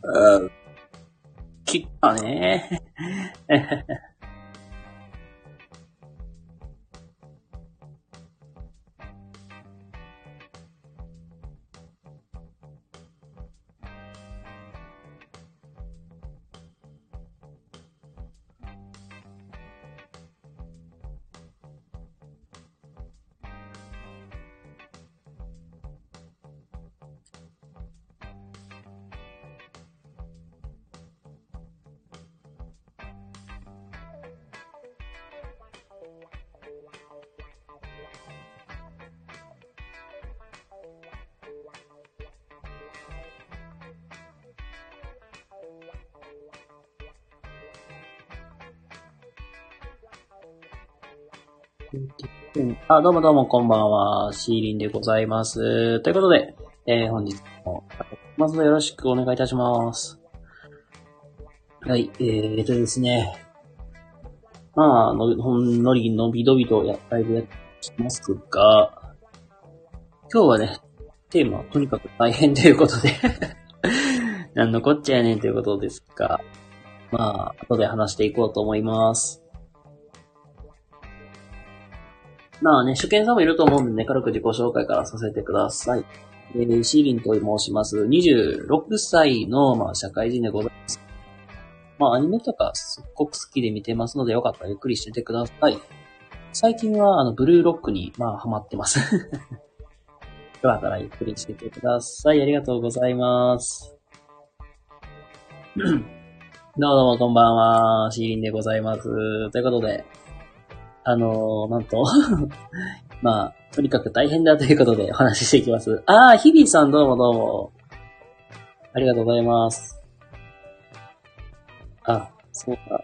うん、切ったね。あ、どうもどうもこんばんは。シーリンでございます。ということで、本日も、まずはよろしくお願いいたします。はい、ですね。まあ、のびのびとライブやってきますが、今日はね、テーマはとにかく大変ということでなんのこっちゃやねんということですが、まあ、後で話していこうと思います。まあね、初見さんもいると思うんでね、軽く自己紹介からさせてください。シーリンと申します。26歳の、社会人でございます。アニメとかすっごく好きで見てますので、よかったらゆっくりしててください。最近は、ブルーロックに、ハマってます。よかったらゆっくりしててください。ありがとうございます。どうもこんばんは。シーリンでございます。ということで、なんととにかく大変だということでお話ししていきます。日々さんどうもどうも。ありがとうございます。そうか。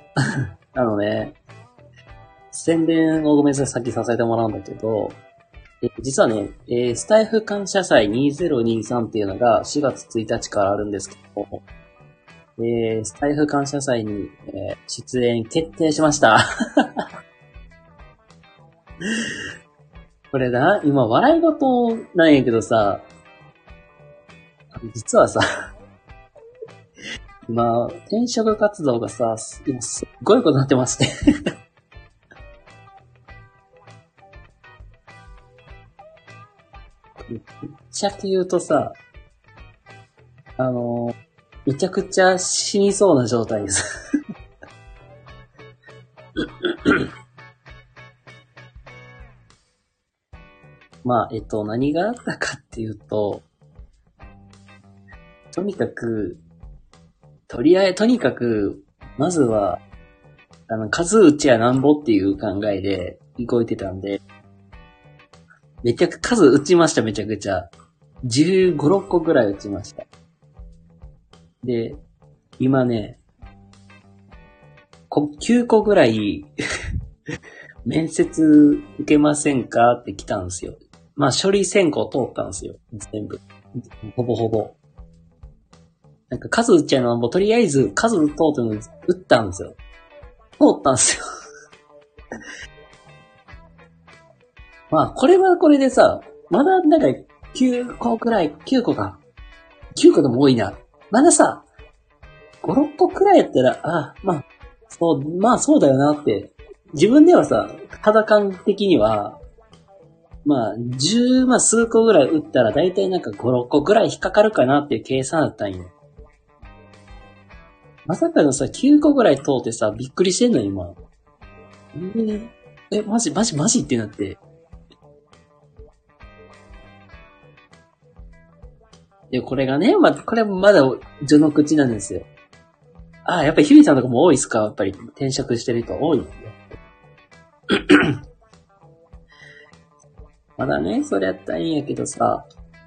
宣伝をごめんなさい、先させてもらうんだけど、実はね、スタイフ感謝祭2023っていうのが4月1日からあるんですけど、スタイフ感謝祭に、出演決定しました。これな、今笑い事なんやけどさ、実はさ、今、転職活動がさ、今すっごいことになってましてめっちゃって言うとさ、めちゃくちゃ死にそうな状態です何があったかっていうと、とにかく、まずは、数打ちやなんぼっていう考えで動いてたんで、数打ちました、めちゃくちゃ。15、6個ぐらい打ちました。で、今ね、9個ぐらい面接受けませんかって来たんですよ。処理選考通ったんですよ。全部。ほぼほぼ。なんか数打っちゃうのはもうとりあえず数通っての打ったんですよ。通ったんですよ。これはこれでさ、まだなんか9個くらい、9個か。9個でも多いな。まださ、5、6個くらいやったら、そうだよなって。自分ではさ、肌感的には、10、数個ぐらい打ったらだいたいなんか5、6個ぐらい引っかかるかなっていう計算だったんよ。まさかのさ、9個ぐらい通ってさ、びっくりしてんの今。マジってなって。で、これがね、これまだ序の口なんですよ。やっぱりヒューさんとかも多いっすか？やっぱり転職してる人多いんですよ。まだね、それやったらいいんやけどさ、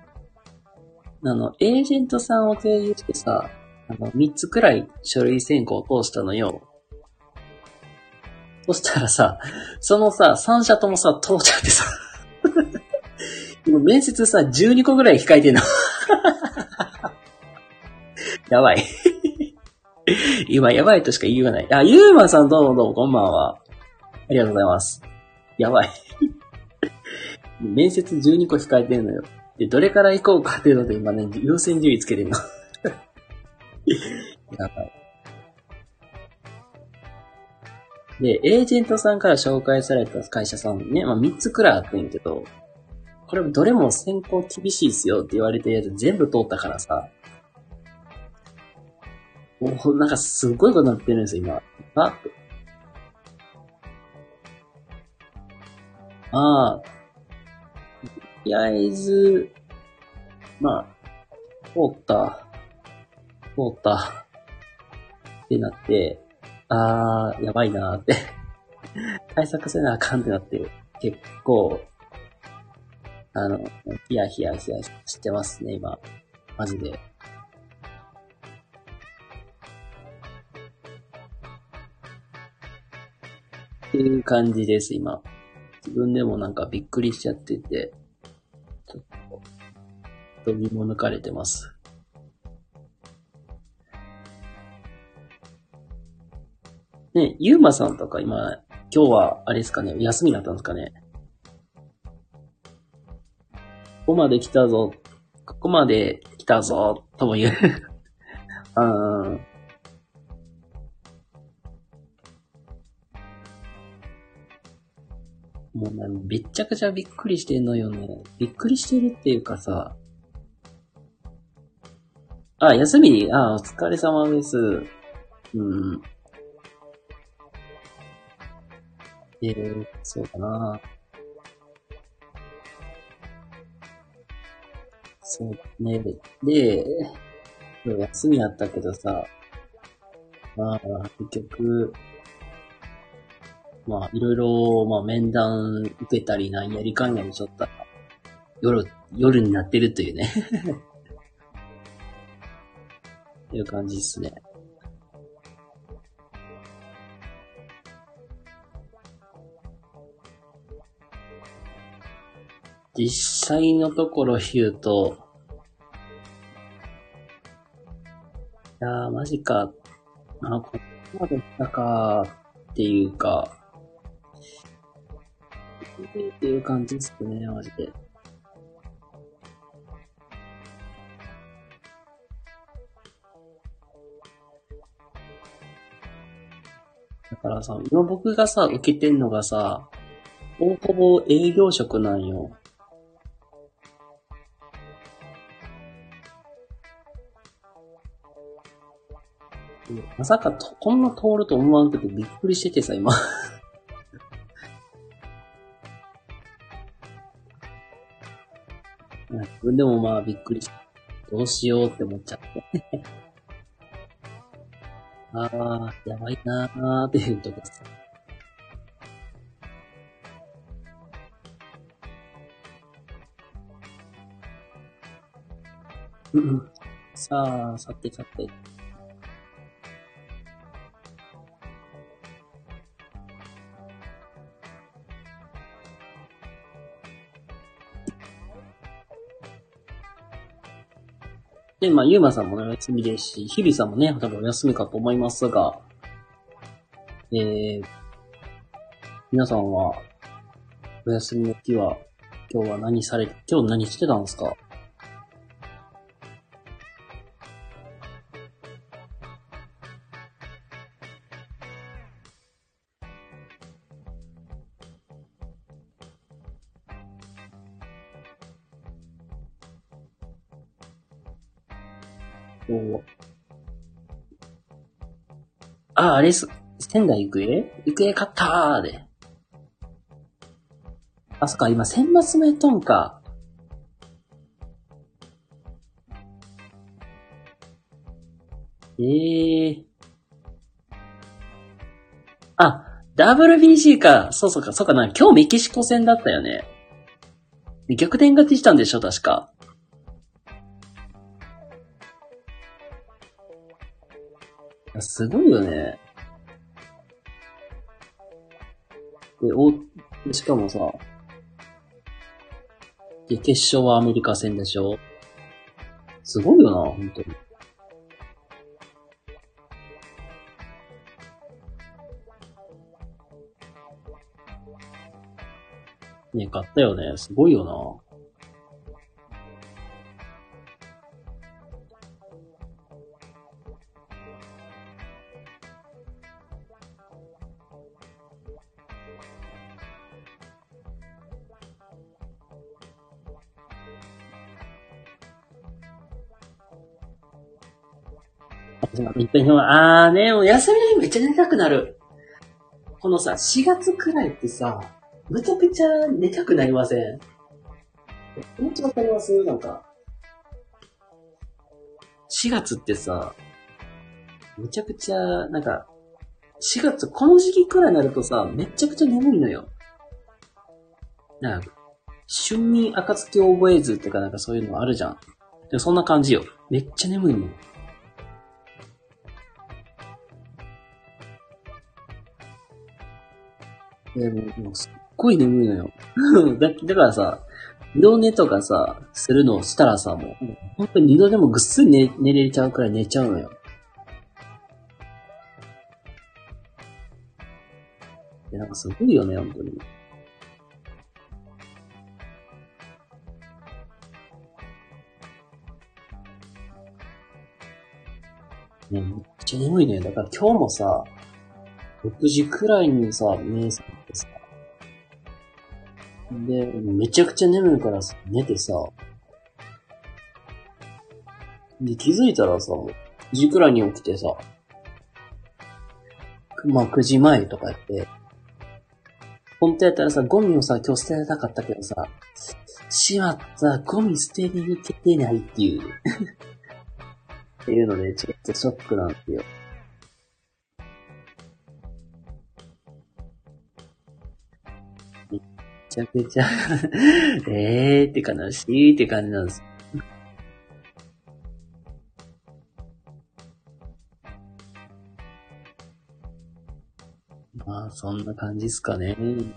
エージェントさんを提示してさ、3つくらい書類選考を通したのよ。そしたらさ、そのさ、3社ともさ、通っちゃってさ、今面接さ、12個ぐらい控えてんの。やばい。今やばいとしか言いようがない。ゆうまさんどうもどうもこんばんは。ありがとうございます。やばい。面接12個控えてんのよ。で、どれから行こうかっていうので今ね、優先順位つけてんの。 やばい。で、エージェントさんから紹介された会社さんね、まあ3つくらいあってんけど、これどれも選考厳しいっすよって言われてるやつ全部通ったからさ、なんかすごいことになってるんですよ、今。ああ、とりあえず、まあ、通ったってなって、やばいなーって対策せなあかんってなって、結構、ヒヤヒヤしてますね、今。マジで。っていう感じです、今。自分でもなんかびっくりしちゃってて、ちょっと身も抜かれてます。ね、ゆうまさんとか今日は、あれですかね、休みだったんですかね。ここまで来たぞ、ここまで来たぞ、とも言う。うん。もうね、めっちゃくちゃびっくりしてんのよね。びっくりしてるっていうかさ、休みお疲れ様です。うん。そうだな。そうだね。で、休みだったけどさ、まあ、結局、まあ、いろいろ、まあ、面談受けたりなんやりかんやりしょったら、夜、夜になってるというね、いう感じですね。実際のところ言うと、いやー、マジか、ここまで来たか、っていうか、っていう感じですね、マジで。だからさ、今僕がさ、受けてんのがさ、ほぼ営業職なんよ。まさかこんな通ると思わんくてびっくりしててさ、今。自分でもまあびっくりして、どうしようって思っちゃって。やばいなーっていうとこです。うんうん。さて。で、まあ、ゆうまさんもお休みですし、日々さんもね、多分お休みかと思いますが、えー、皆さんは、お休みの日は、今日何してたんですか？こうあれっす。仙台育英勝ったーで。そっか、今、選抜もやっとんか。ええー。WBC か。そうかな。今日メキシコ戦だったよね。で逆転勝ちしたんでしょ、確か。すごいよね。しかもさ、決勝はアメリカ戦でしょ。すごいよな、本当に。ね、勝ったよね。すごいよな。 いっぱい寝あーね、もう休みの日めっちゃ寝たくなる。このさ、4月くらいってさ、めちゃくちゃ寝たくなりません？気持ちわかりますなんか、4月ってさ、めちゃくちゃ、なんか、4月、この時期くらいになるとさ、めちゃくちゃ眠いのよ。なんか、春眠暁を覚えずとかなんかそういうのあるじゃん。でもそんな感じよ。めっちゃ眠いもん。もうすっごい眠いのよ。だからさ、二度寝とかさ、するのをしたらさ、もう本当に二度でもぐっすり寝れちゃうくらい寝ちゃうのよ。で、なんかすごいよね、本当に。ね、めっちゃ眠いのよ。だから今日もさ、6時くらいにさ、目覚めてさ、で、めちゃくちゃ眠いからさ、寝てさ、で、気づいたらさ、9時くらいに起きてさ、まあ9時前とかやって、本当やったらさ、ゴミをさ、今日捨てたかったけどさ、しまった、ゴミ捨てに行けてないっていう、っていうので、ちょっとショックなんですよ。めっちゃくちゃって悲しいって感じなんです。まあ、そんな感じっすかね。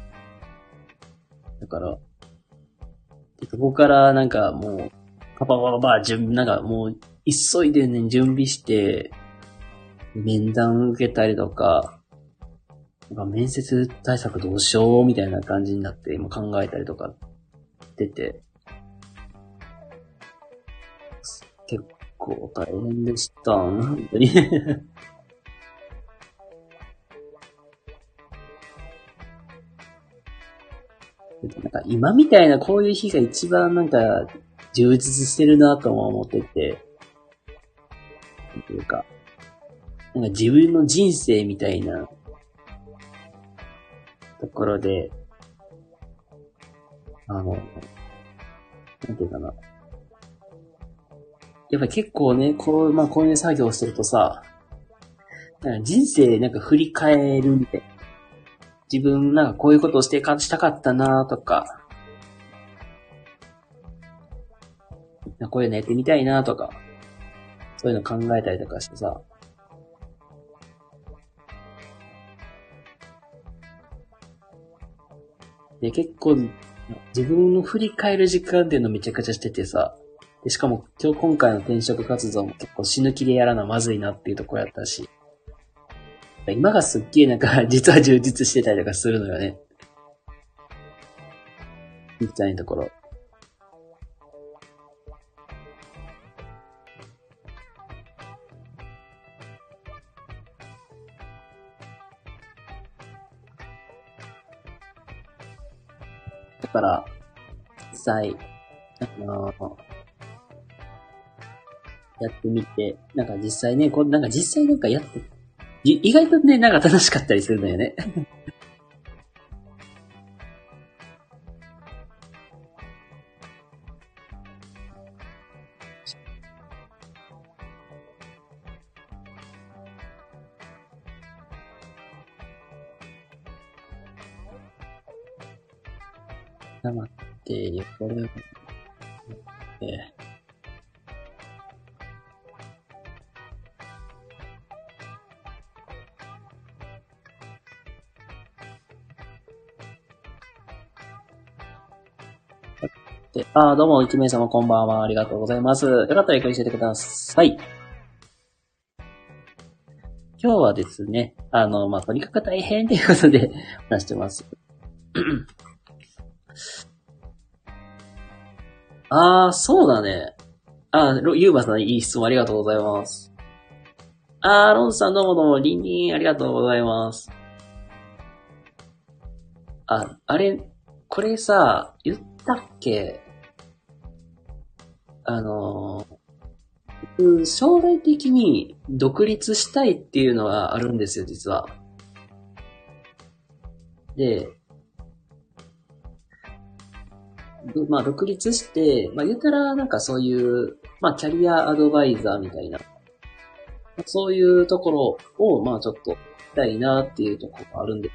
だから、そこからなんかもう、パパパパパ、なんかもう、急いでね、準備して、面談受けたりとか、なんか面接対策どうしようみたいな感じになって今考えたりとかしてて、結構大変でした。本当になんか今みたいなこういう日が一番なんか充実してるなとも思ってて、なんていうか、なんか自分の人生みたいなところで、なんていうかな。やっぱ結構ね、こういう作業をしてるとさ、なんか人生なんか振り返るみたいな。自分なんかこういうことをしたかったなとか、こういうのやってみたいなとか、そういうの考えたりとかしてさ。で、結構、自分の振り返る時間っていうのめちゃくちゃしててさ。で、しかも今回の転職活動も結構死ぬ気でやらなまずいなっていうところやったし。今がすっげえなんか実は充実してたりとかするのよね。みたいなところ。だから、実際、のやってみて、なんか実際ね、なんか実際なんかやって、意外とね、なんか楽しかったりするのよね。待ってよ、これを、どうも、一名様こんばんは。ありがとうございます。よかったらゆっくりしててください。今日はですね、とにかく大変ということで話してます。そうだね。ゆうばさん、いい質問ありがとうございます。ロンさんどうもどうも、リンリンありがとうございます。あれ、これさ、言ったっけ？あの将来的に独立したいっていうのはあるんですよ、実は。で、まあ、独立して、まあ、言ったら、なんかそういう、まあ、キャリアアドバイザーみたいな、そういうところを、まあ、ちょっと、したいなっていうところがあるんで、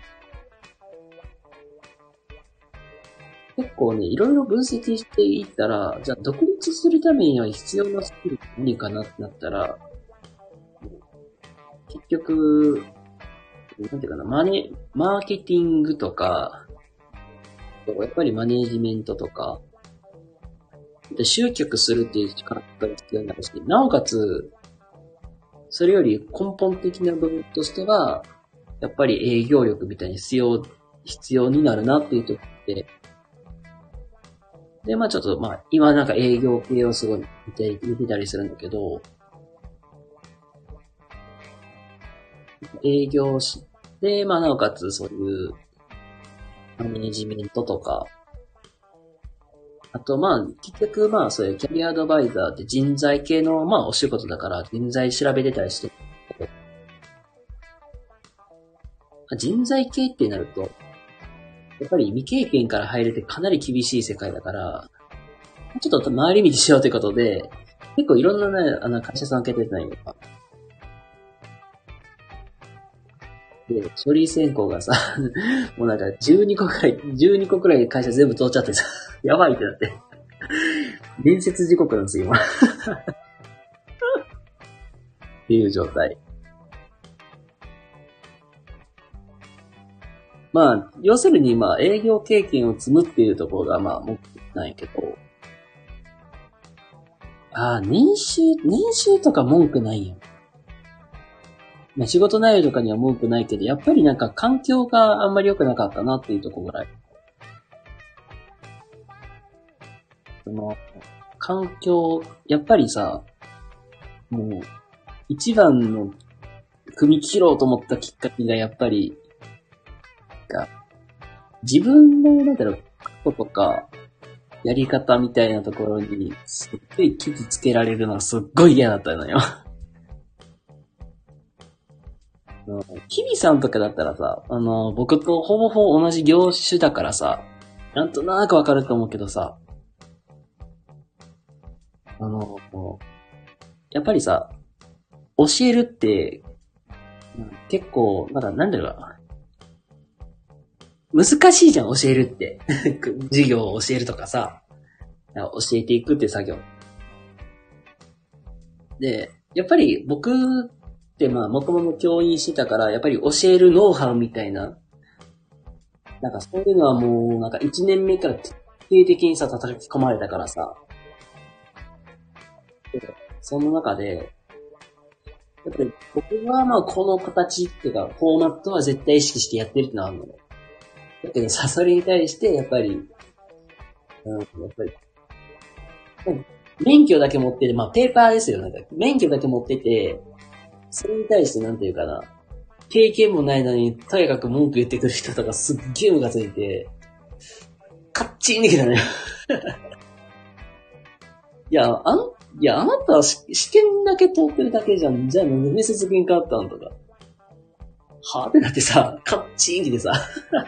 結構ね、いろいろ分析していったら、じゃあ、独立するためには必要なスキルって何かなってなったら、結局、なんていうかな、マーケティングとか、やっぱりマネージメントとか、で集客するっていう力が必要になるし、なおかつ、それより根本的な部分としては、やっぱり営業力みたいに必要になるなっていうところで、で、まあちょっと、まあ今なんか営業系をすごい見てたりするんだけど、営業し、で、まあなおかつそういうマネージメントとか、あとまあ結局まあそういうキャリアアドバイザーって人材系のまあお仕事だから人材調べてたりして、人材系ってなると、やっぱり未経験から入れてかなり厳しい世界だから、ちょっと回り道しようということで、結構いろんなね、会社さん受けてたんよ。で、書類選考がさ、もうなんか12個くらい会社全部通っちゃってさ、やばいってなって。面接時刻なんですよ、今。っていう状態。まあ、要するにまあ、営業経験を積むっていうところがまあ、目的なんやけど、年収とか文句ないよ。まあ、仕事内容とかには文句ないけど、やっぱりなんか環境があんまり良くなかったなっていうところぐらい。その、環境、やっぱりさ、もう、一番の踏み切ろうと思ったきっかけがやっぱり、自分の、なんだろう、こととか、やり方みたいなところに、すっごい傷つけられるのはすっごい嫌だったのよ。キビさんとかだったらさ、僕とほぼほぼ同じ業種だからさ、なんとなくわかると思うけどさ、やっぱりさ、教えるって、結構、なんだろうな。難しいじゃん、教えるって。授業を教えるとかさ、教えていくって作業。で、やっぱり僕ってまあ、もともと教員してたから、やっぱり教えるノウハウみたいな、なんかそういうのはもう、なんか1年目から徹底的にさ、叩き込まれたからさ、その中で、やっぱり僕はまあこの形っていうか、フォーマットは絶対意識してやってるってのはあるのよ。だけどさ、それに対して、やっぱり、やっぱり、免許だけ持ってて、まあペーパーですよ、なんか。免許だけ持ってて、それに対してなんていうかな、経験もないのに、とにかく文句言ってくる人とかすっげえムカついて、カッチンできたね。いや、あなたは試験だけ通ってるだけじゃん。じゃあなんで面接受けんかったんとか。はぁってなってさ、カッチンってさ、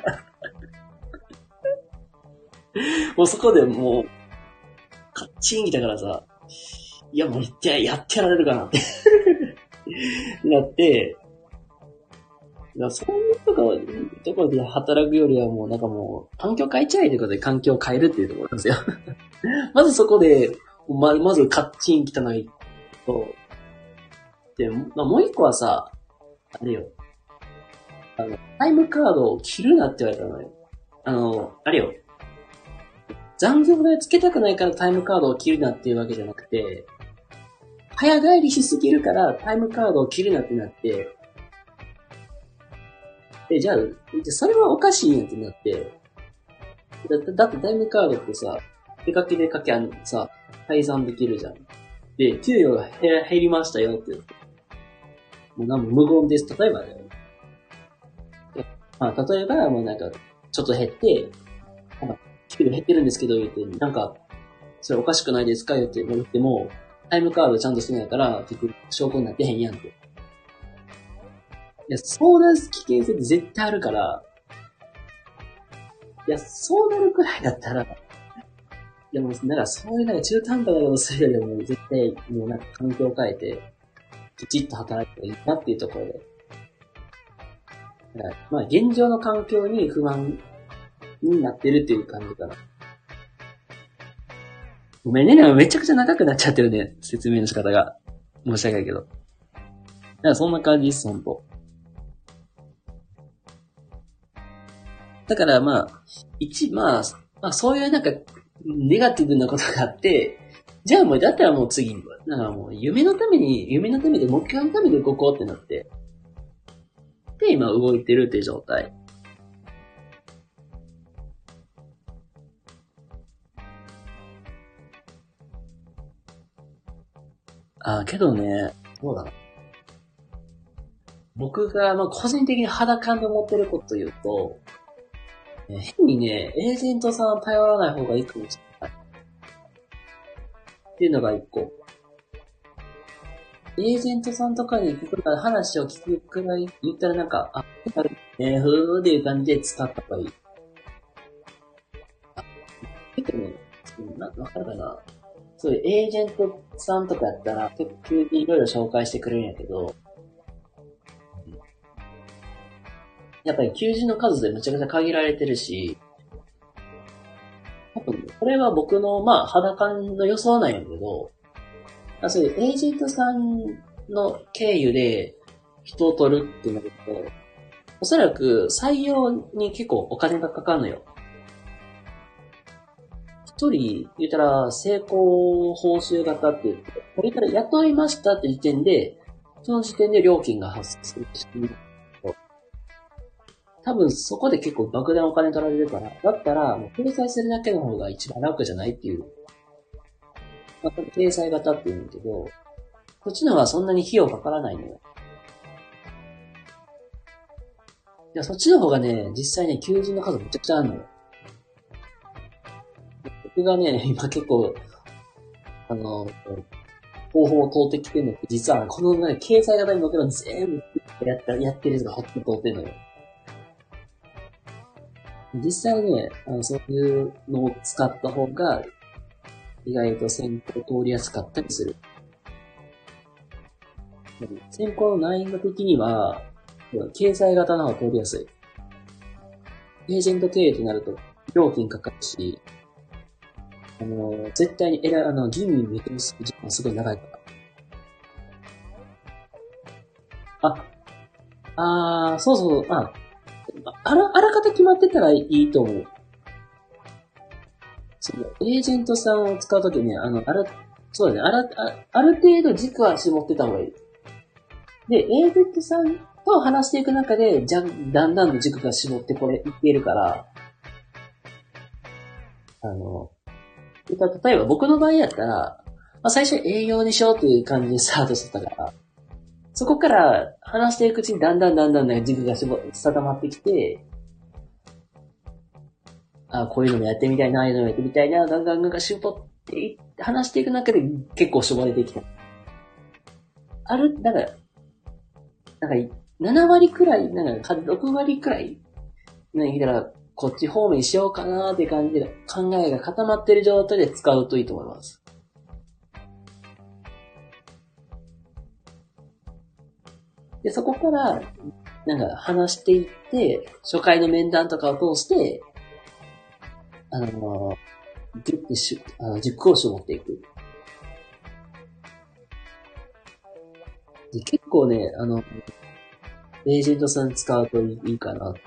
もうそこでもう、カッチン来たからさ、いやもうやってやられるかなってなって、そういうところで働くよりはもうなんかもう、環境変えちゃえということで環境を変えるっていうところなんですよ。まずそこで、まずカッチン汚いと、で、まあ、もう一個はさ、あれよ、タイムカードを切るなって言われたのよ。あれよ、残業代つけたくないからタイムカードを切るなっていうわけじゃなくて、早帰りしすぎるからタイムカードを切るなってなって、じゃあ、それはおかしいんやってなって、だってタイムカードってさ、出かけでかけさ、改ざんできるじゃん。で、給与が減りましたよって言って。もうなんも無言です。例えばだよ。まあ、例えば、もうなんか、ちょっと減って、給料減ってるんですけど、言って、なんか、それおかしくないですか言っても、 タイムカードちゃんとしてないから、結局証拠になってへんやんって。いや、そうなる危険性って絶対あるから、いや、そうなるくらいだったら、でも、なんかそういうなんか中途半端なことするよりも、絶対、もうなんか環境を変えて、きちっと働いていいなっていうところで。だからまあ、現状の環境に不満になってるっていう感じかな。ごめんね、でもめちゃくちゃ長くなっちゃってるね、説明の仕方が。申し訳ないけど。だからそんな感じです、ほんと。だからまあ、まあそういうなんか、ネガティブなことがあって、じゃあもう、だったらもう次、だからもう夢のためで目標のために動こうってなって、で、今動いてるって状態。けどね、そうだな。僕が、まあ個人的に肌感で思ってること言うと、変にね、エージェントさん頼らない方がいいかもしれない。っていうのが一個。エージェントさんとかに聞くから話を聞くくらい言ったらなんか、ふーっていう感じで伝った方がいい。結構ね、わかるかな。そういうエージェントさんとかやったら、結構急にいろいろ紹介してくれるんやけど、やっぱり求人の数でめちゃくちゃ限られてるし、多分、これは僕の、まあ、肌感の予想なんやけど、そういうエージェントさんの経由で人を取るってなると、おそらく採用に結構お金がかかるのよ。一人、言ったら成功報酬型って言って、これから雇いましたって時点で、その時点で料金が発生するし、多分そこで結構莫大なお金取られるから、だったら、もう掲載するだけの方が一番楽じゃないっていう。まあ、掲載型って言うんだけど、こっちの方がそんなに費用かからないのよ。いや、そっちの方がね、実際ね、求人の数めちゃくちゃあるのよ。僕がね、今結構、あの、方法を通ってきてるのって、実はこのね、掲載型に載ってるの全部やってるやつがほっと通ってるのよ。実際ね、そういうのを使った方が、意外と選考通りやすかったりする。選考の難易度的には、掲載型の方が通りやすい。エージェント経営となると、料金かかるし、絶対に吟味見通す時間すごい長いから。そうそう、あらかた決まってたらいいと思う。そう、エージェントさんを使うときね、そうだね、ある程度軸は絞ってた方がいい。で、エージェントさんと話していく中で、だんだんと軸が絞っていっているから、例えば僕の場合やったら、最初営業にしようっていう感じでスタートしてたから、そこから話していくうちにだんだんね、軸が定まってきて、こういうのもやってみたいな、ああいうのもやってみたいな、だんだん絞って話していく中で結構絞れてきた。なんか、7割くらい、なんか、6割くらい、ね、だから、こっち方面しようかなーって感じで考えが固まってる状態で使うといいと思います。で、そこから、なんか話していって、初回の面談とかを通して、あの塾を絞っていく。で、結構ね、エージェントさん使うといいかな。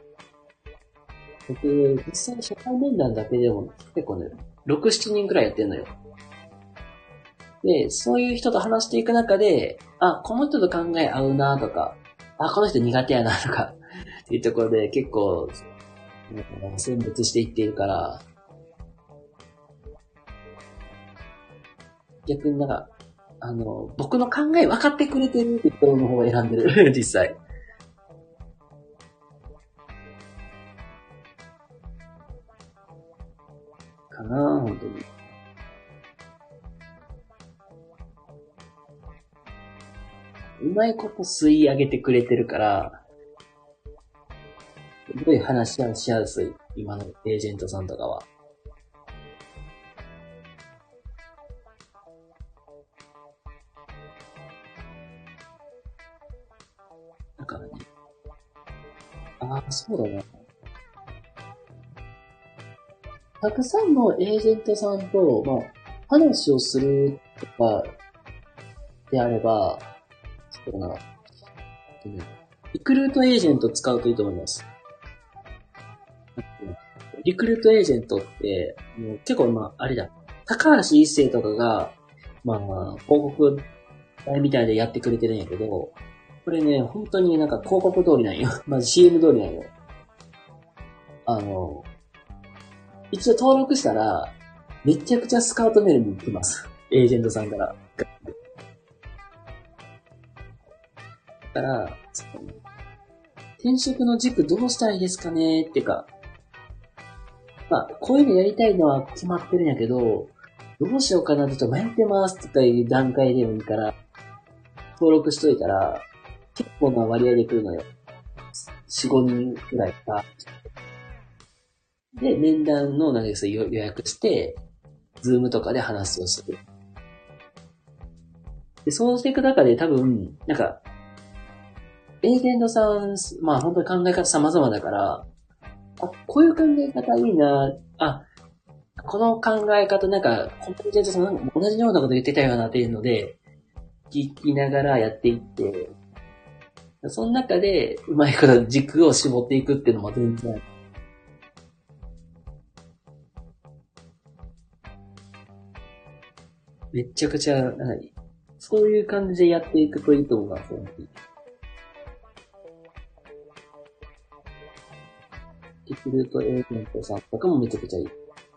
僕、実際初回面談だけでも結構ね、6、7人くらいやってんのよ。で、そういう人と話していく中で、この人と考え合うなとか、この人苦手やなとか、っていうところで結構、選別していっているから、逆に僕の考え分かってくれてるって人の方を選んでる、実際。かな本当に。 うまいこと吸い上げてくれてるから、すごい話しやすい。今のエージェントさんとかは。だからね。ああ、そうだな。たくさんのエージェントさんと、まあ、話をするとかであれば、そうだな。リクルートエージェント使うといいと思います。リクルートエージェントって、もう結構あれだ。高橋一生とかが、広告代みたいでやってくれてるんやけど、これね、本当になんか広告通りなんよ。まず CM 通りなんよ。あの、一応登録したら、めちゃくちゃスカウトメールに来ます。エージェントさんから。だから、転職の軸どうしたらいいですかねってか、こういうのやりたいのは決まってるんやけど、どうしようかなってちょっと迷ってますとかいう段階でもいいから、登録しといたら、結構な割合で来るのよ。4、5人くらいか。で、面談のなんかそう予約して、ズームとかで話をする。で、そうしていく中で多分、なんか、エージェントさん、本当に考え方様々だから、こういう考え方いいな、この考え方なんか、このエージェントさん同じようなこと言ってたよなっていうので、聞きながらやっていって、その中で、うまいこと軸を絞っていくっていうのも全然、めちゃくちゃ、そういう感じでやっていくといいと思います。リクルートエージェントさんとかもめちゃくちゃいい。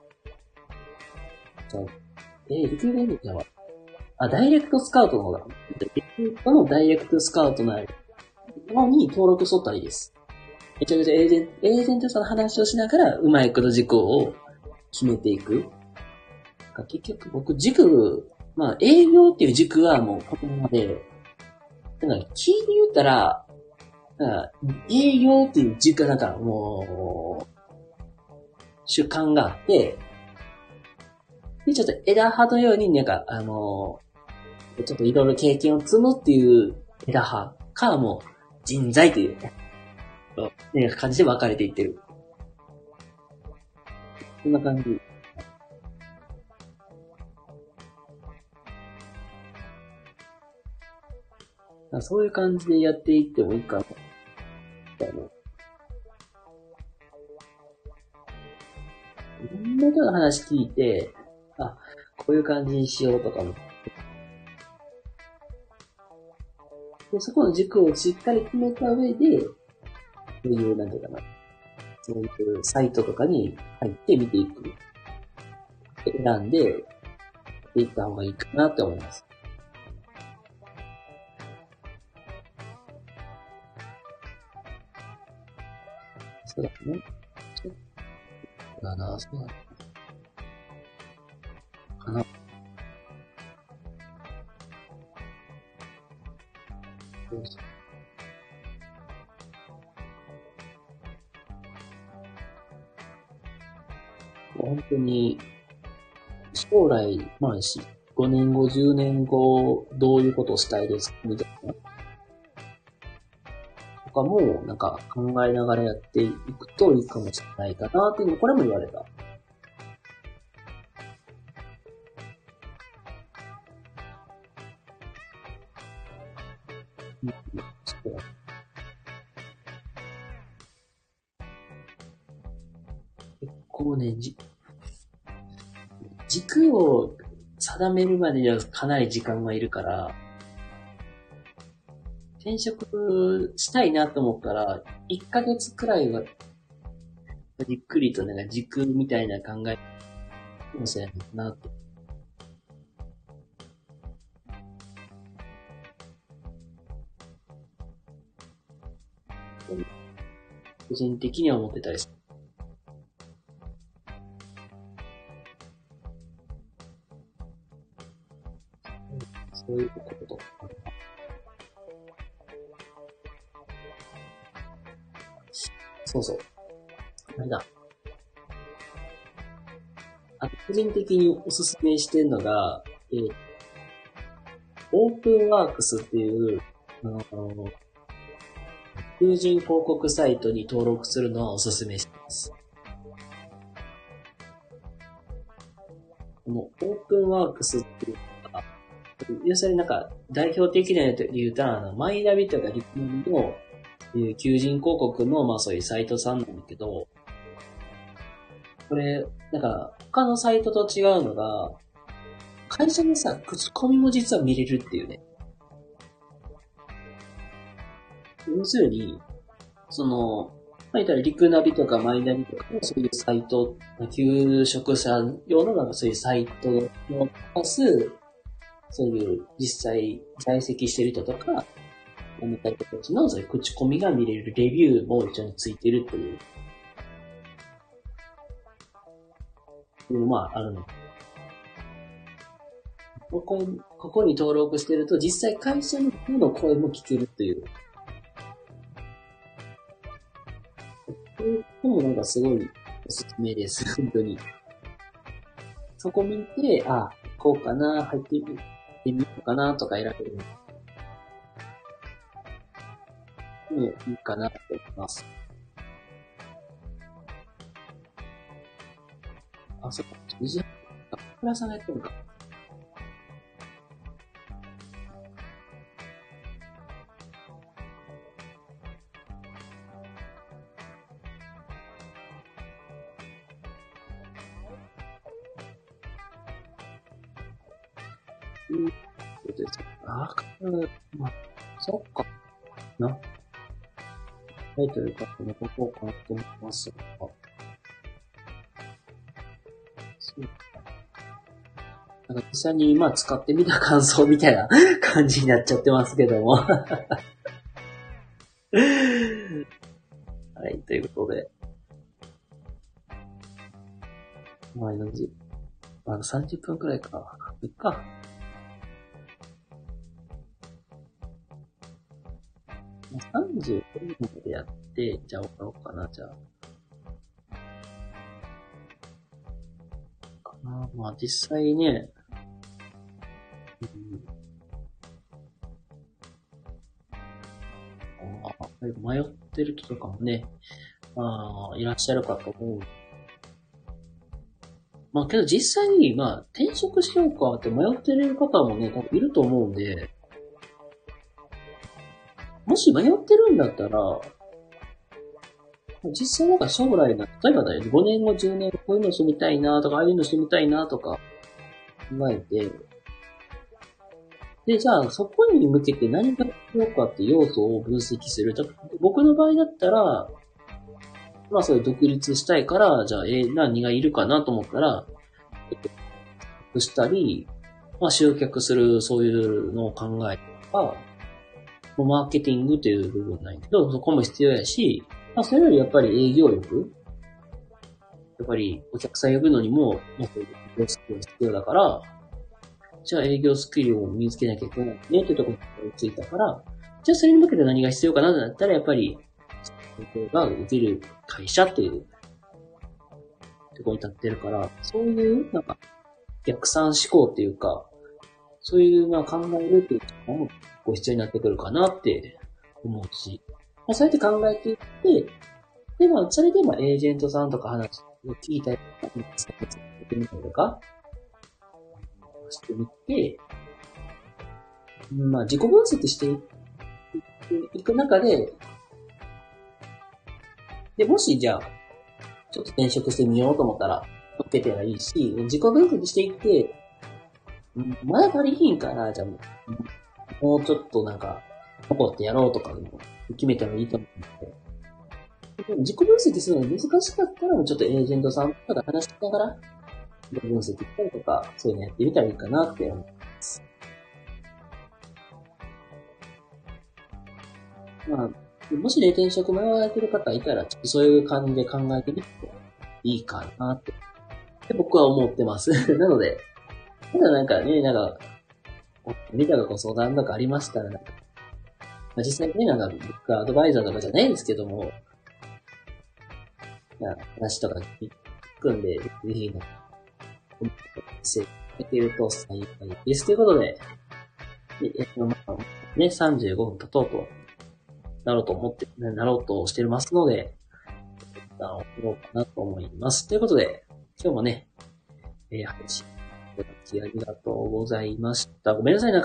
じゃあ、リクルートエージェントさんは、ダイレクトスカウトの方だ。リクルートのダイレクトスカウトののに登録しとったらいいです。めちゃくちゃエージェントさんの話をしながら、うまいこと軸を決めていく。結局僕軸、営業っていう軸はもうこのままで、だから聞いて言ったら、営業っていう軸はなんかもう、主観があって、で、ちょっと枝葉のようになんか、ちょっといろいろ経験を積むっていう枝葉か、もう人材というね、感じで分かれていってる。そんな感じ。そういう感じでやっていってもいいかな。いろんな人の話聞いて、こういう感じにしようとかも。で、そこの軸をしっかり決めた上で、そういう、なんていうかな。そういうサイトとかに入って見ていく。選んで、やっていった方がいいかなって思います。そうだね。そうだな、そうだかな。本当に、将来、5年後、10年後、どういうことをしたいですかみたいな。とかも、なんか考えながらやっていくといいかもしれないかなっていうの、これも言われた。うん、そう結構ね、軸を定めるまでにはかなり時間がいるから、転職したいなと思ったら、1ヶ月くらいはじっくりとなんか軸みたいな考えかもしれないなと。個人的には思ってたりする。そういうことと。 そうそう。あれだ。個人的におすすめしてるのが、オープンワークスっていう、求人広告サイトに登録するのはおすすめしてます。このオープンワークスっていうのが、要するになんか代表的なやつで言うと、マイナビとかリクナビの求人広告の、そういうサイトさんなんだけど、これ、なんか他のサイトと違うのが、会社のさ、口コミも実は見れるっていうね。要するに、言ったらリクナビとかマイナビとかそういうサイト、求職者用のなんかそういうサイトのパス、そういう実際在籍してる人とか、辞めた人たちのそういう口コミが見れるレビューも一緒についてるという。あるの。ここに登録してると実際会社の方の声も聞けるという。これもなんかすごいおすすめです。本当に。そこ見て、行こうかな、入ってみようかなとか選べるのもいいかなと思います。そっか、2時半。プラさんがやってるか。ことですそっか。タイトルか残そうかなと思いますが。そうか。なんか実際に使ってみた感想みたいな感じになっちゃってますけども。はい、ということで。30分くらいか。いっか。35分までやって、じゃあ終わろうかな、じゃあ。実際ね、迷ってる人とかもね、いらっしゃるかと思う。けど実際に、転職しようかって迷ってる方もね、多分いると思うんで、もし迷ってるんだったら、実際なんか将来の、例えばだよ、5年後、10年後、こういうのしてみたいなとか、ああいうのしてみたいなとか、考えて、で、じゃあ、そこに向けて何が必要かっていう要素を分析する。僕の場合だったら、そういう独立したいから、じゃあ、何がいるかなと思ったら、したり、集客する、そういうのを考えとか、マーケティングという部分ないけど、そこも必要やし、それよりやっぱり営業力、やっぱりお客さん呼ぶのにも、そういう営業スキルが必要だから、じゃあ営業スキルを身につけなきゃいけないねっていうところについたから、じゃあそれに向けて何が必要かなってなったら、やっぱり、営業が受ける会社っていうところに立ってるから、そういう、逆算思考っていうか、そういう考えるっていうのも必要になってくるかなって思うし、そうやって考えていって、で、それでエージェントさんとか話を聞いたりとか、してみたりとか、してみて、自己分析していく中で、もしじゃあ、ちょっと転職してみようと思ったら、受けてはいいし、自己分析していって、まだ足りひんから、じゃあもうちょっと残ってやろうとかでも決めたらいいと思うんで。自己分析するのが難しかったら、ちょっとエージェントさんとか話しながら、自己分析したりとか、そういうのやってみたらいいかなって思います。もし転職迷われてる方いたら、ちょっとそういう感じで考えてみるといいかなって、僕は思ってます。なので、ただ見たご相談とかありましたら、実際に僕がアドバイザーとかじゃないんですけども、 話とか聞くんで、ぜひ、していただけると幸いです。ということで、ね、35分経とうと、なろうとしてますので、一旦送ろうかなと思います。ということで、今日もね、配信いただきありがとうございました。ごめんなさい、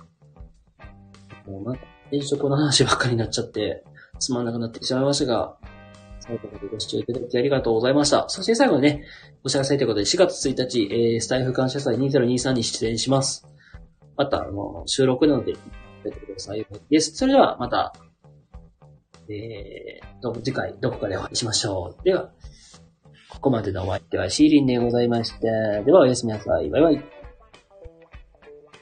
もう転職の話ばっかりになっちゃって、つまんなくなってしまいましたが、最後までご視聴いただきありがとうございました。そして最後にね、お知らせということで、4月1日、スタイフ感謝祭2023に出演します。また、収録なので、やってくださいです。それでは、また、次回どこかでお会いしましょう。では、ここまでのお相手はシーリンでございました。では、おやすみなさい。バイバイ。